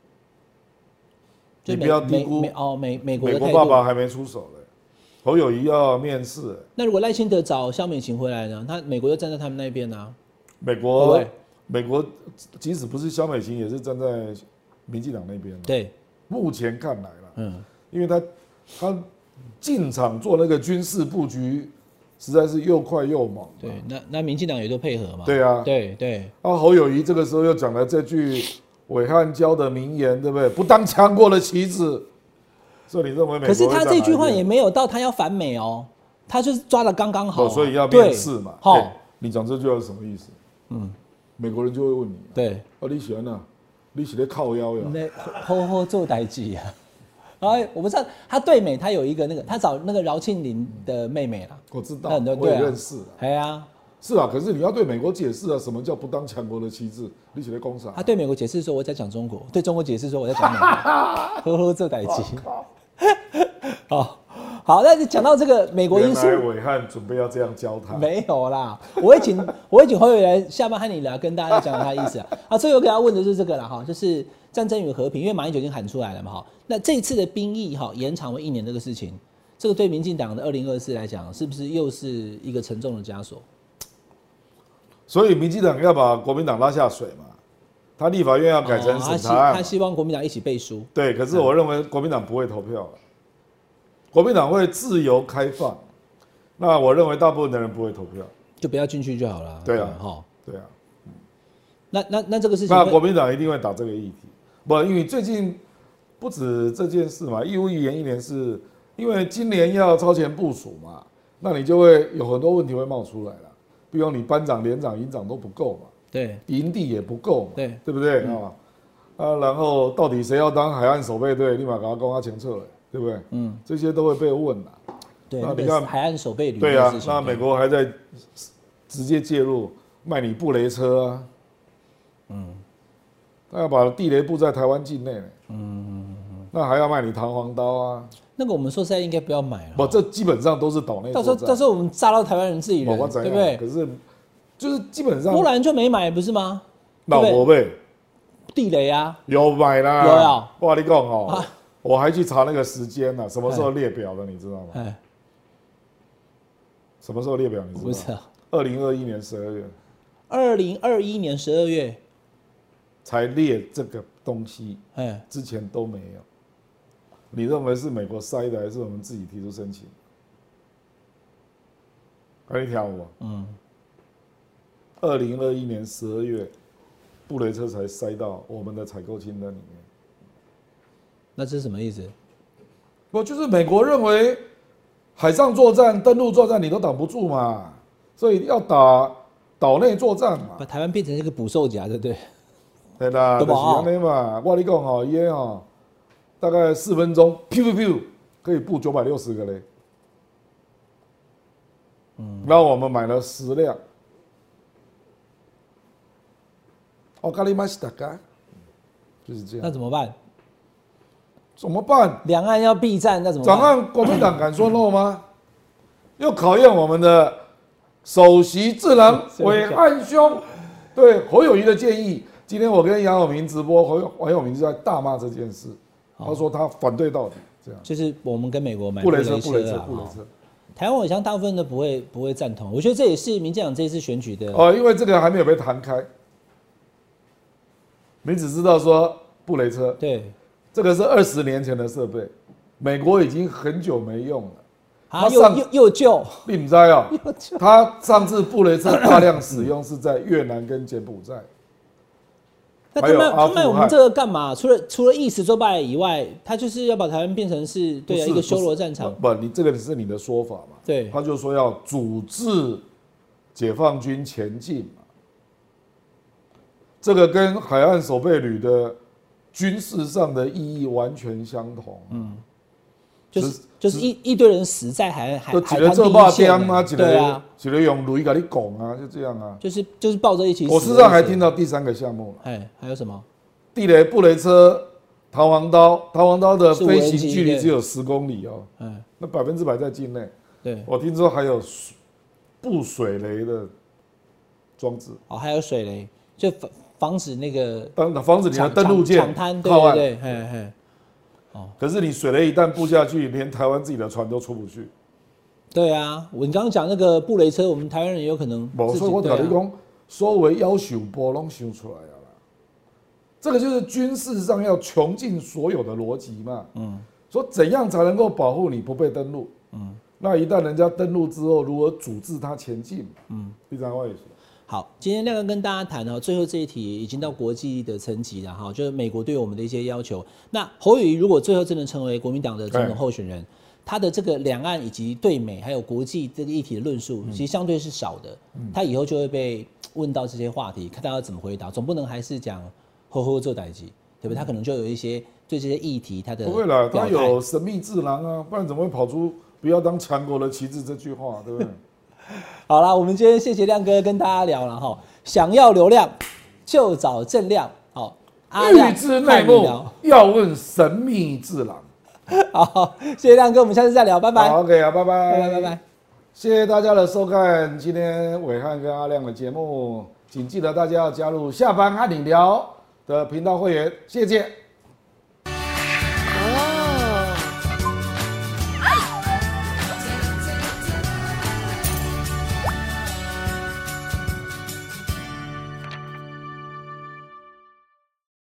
你不要低估美国的态度。 美国爸爸还没出手嘞，侯友宜要面试。 那如果赖清德找萧美琴回来呢？美国又站在他们那边啊。 美国即使不是萧美琴，也是站在民进党那边。 对， 目前看来啦，因为他进场做那个军事布局，实在是又快又猛。 对，那民进党也都配合嘛。 对啊， 对。 侯友宜这个时候又讲了这句韦汉交的名言，对不对？不当强国的棋子。所以你认为美国？ 可是他这句话也没有到他要反美哦，他就是抓得刚刚好。 所以要面试嘛。你讲这句话是什么意思？美国人就会问你。 对。 你喜欢哪？你是在靠腰呀？ 好做代志啊。我不知道他对美，他有一个他找那个饶庆林的妹妹啦。 我知道，我也认识。是啊，可是你要对美国解释啊，什么叫不当强国的旗帜？你写在公啥？ 他对美国解释说我在讲中国，对中国解释说我在讲美国，呵这代志。好，那讲到这个美国因素， 原来伟汉准备要这样教他？ 没有啦，我会请侯友宜来下班和你聊，跟大家讲他的意思啊。最后给他问的是这个啦就是战争与和平，因为马英九已经喊出来了嘛那这一次的兵役延长为1年这个事情，这个对民进党的2024来讲，是不是又是一个沉重的枷锁？ 所以民进党要把国民党拉下水嘛，他立法院要改成审查案， 他希望国民党一起背书。 对，可是我认为国民党不会投票了，国民党会自由开放，那我认为大部分的人不会投票， 就不要进去就好了。 对啊，对啊。 那这个事情， 那国民党一定会打这个议题，不，因为最近不止这件事嘛，义务役延1年是因为今年要超前部署嘛，那你就会有很多问题会冒出来了，比如你班长、连长、营长都不够嘛， 对， 营地也不够嘛， 对不对然后到底谁要当海岸守备队，立马给他公他前撤了，对不对？这些都会被问啦。 对，那你看海岸守备旅对啊，那美国还在直接介入卖你布雷车啊，他要把地雷布在台湾境内，那还要卖你弹簧刀啊。 那个我们说实在应该不要买了。 不，这基本上都是岛内作战。 到时候我们炸到台湾人自己人，对不对？ 可是就是基本上波兰就没买，不是吗？ 老伯贝地雷啊， 有买啦， 有啊。 哇，你讲哦，我还去查那个时间呢，什么时候列表的，你知道吗？什么时候列表？你知道吗？ 不知道。 2021年12月。 2021年12月才列这个东西，之前都没有。你认为是美国塞的，还是我们自己提出申请？快一条我，2021年12月，布雷车才塞到我们的采购清单里面。 那这是什么意思？ 不就是美国认为海上作战、登陆作战你都挡不住嘛，所以要打岛内作战嘛， 把台湾变成一个捕兽夹，对不对？ 对啦，就是安尼嘛。我跟你讲吼，伊个吼，大概4分钟，可以布960个雷。然后我们买了10辆。我跟你买是大家，就是这样。 那怎么办？ 怎么办？ 两岸要避战，那怎么办？ 两岸国民党敢说 no 吗？又考验我们的首席智囊伟汉兄对侯友宜的建议。今天我跟杨永明直播，侯友明就在大骂这件事，他说他反对到底，这样就是我们跟美国买布雷车。 台湾我想大部分都不会赞同，我觉得这也是民进党这一次选举的因为这个还没有被谈开，你只知道说布雷车， 对， 这个是20年前的设备，美国已经很久没用了。 他又旧， 你不知道啊？他上次布雷车大量使用是在越南跟柬埔寨。 那他卖我们这个干嘛？除了意识作败以外，他就是要把台湾变成是对啊一个修罗战场。 不，你这个是你的说法嘛？ 对， 他就说要组织解放军前进嘛。这个跟海岸守备旅的军事上的意义完全相同。 就是一堆人死在海滩第一线啊， 对啊，一个用雷给你拱啊，就这样啊。 就是抱着一起死。 我事实上还听到第3个项目了。 还有什么？ 地雷、布雷车、弹簧刀的飞行距离只有10公里哦。那100%在境内。 对， 我听说还有布水雷的装置。 还有水雷，就防止那个防止你的登陆舰抢滩，对。 可是你水雷一旦布下去，连台湾自己的船都出不去。 对啊，你刚刚讲那个布雷车，我们台湾人也有可能。 所以我跟你讲，所谓要求波拢想出来了啦。这个就是军事上要穷尽所有的逻辑嘛。说怎样才能够保护你不被登陆？那一旦人家登陆之后，如何阻止他前进？第3位。 好，今天亮哥跟大家谈最后这一题已经到国际的层级了哈，就是美国对我们的一些要求。那侯友宜如果最后真的成为国民党的总统候选人，他的这个两岸以及对美还有国际这个议题的论述，其实相对是少的。他以后就会被问到这些话题，看他要怎么回答，总不能还是讲呵呵做代志，对不对？他可能就有一些对这些议题他的不会啦，他有神秘智囊啊，不然怎么会跑出不要当强国的旗帜这句话，对不对？ 好啦，我们今天谢谢亮哥跟大家聊了哈。想要流量就找正亮，好， 预知内幕要问神秘智囊。 好，谢谢亮哥，我们下次再聊，拜拜。 好 ，OK 啊，拜拜， 拜拜。 谢谢大家的收看今天伟汉跟阿亮的节目，请记得大家要加入下班和你聊的频道会员，谢谢。